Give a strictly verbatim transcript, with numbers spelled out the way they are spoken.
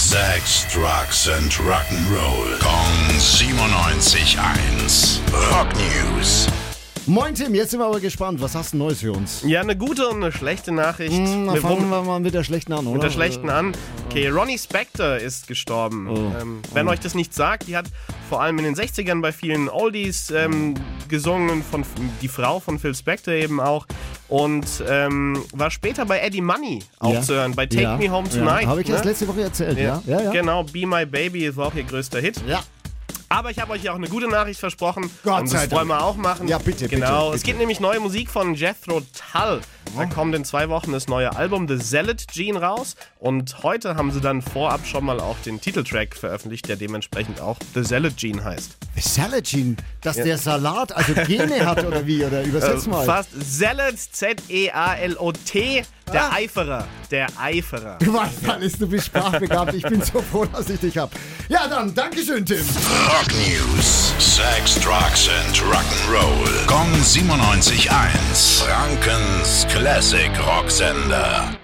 Sex, Drugs and Rock'n'Roll. Kong siebenundneunzig Komma eins. Rock News. Moin Tim, jetzt sind wir aber gespannt. Was hast du Neues für uns? Ja, eine gute und eine schlechte Nachricht. Hm, Eine fangen Wum- wir mal mit der schlechten an, oder? Mit der schlechten an. Okay, Ronnie Spector ist gestorben. Oh. Ähm, wenn euch das nicht sagt, die hat vor allem in den sechzigern bei vielen Oldies ähm, gesungen, von, die Frau von Phil Spector eben auch. Und ähm, war später bei Eddie Money auch Ja. zu hören, bei Take Ja. Me Home Ja. Tonight. Habe ich ne? erst letzte Woche erzählt, ja? Ja, ja. Genau, Be My Baby war auch ihr größter Hit. Ja. Aber ich habe euch ja auch eine gute Nachricht versprochen. Gott und sei das Dank. wollen wir auch machen. Ja, bitte, bitte, Genau, bitte. es gibt nämlich neue Musik von Jethro Tull. Da kommt in zwei Wochen das neue Album The Zealot Gene raus. Und heute haben sie dann vorab schon mal auch den Titeltrack veröffentlicht, der dementsprechend auch The Zealot Gene heißt. Saladin, dass der Salat also Gene hat oder wie? Oder übersetz mal. Fast Zealot, Z E A L O T, der Ah. Eiferer. Der Eiferer. Du weißt alles, du bist sprachbegabt. Ich bin so froh, dass ich dich hab. Ja, dann, Dankeschön, Tim. Rock News. Sex, Drugs and Rock'n'Roll. Kong siebenundneunzig Komma eins. Frankens Classic Rocksender.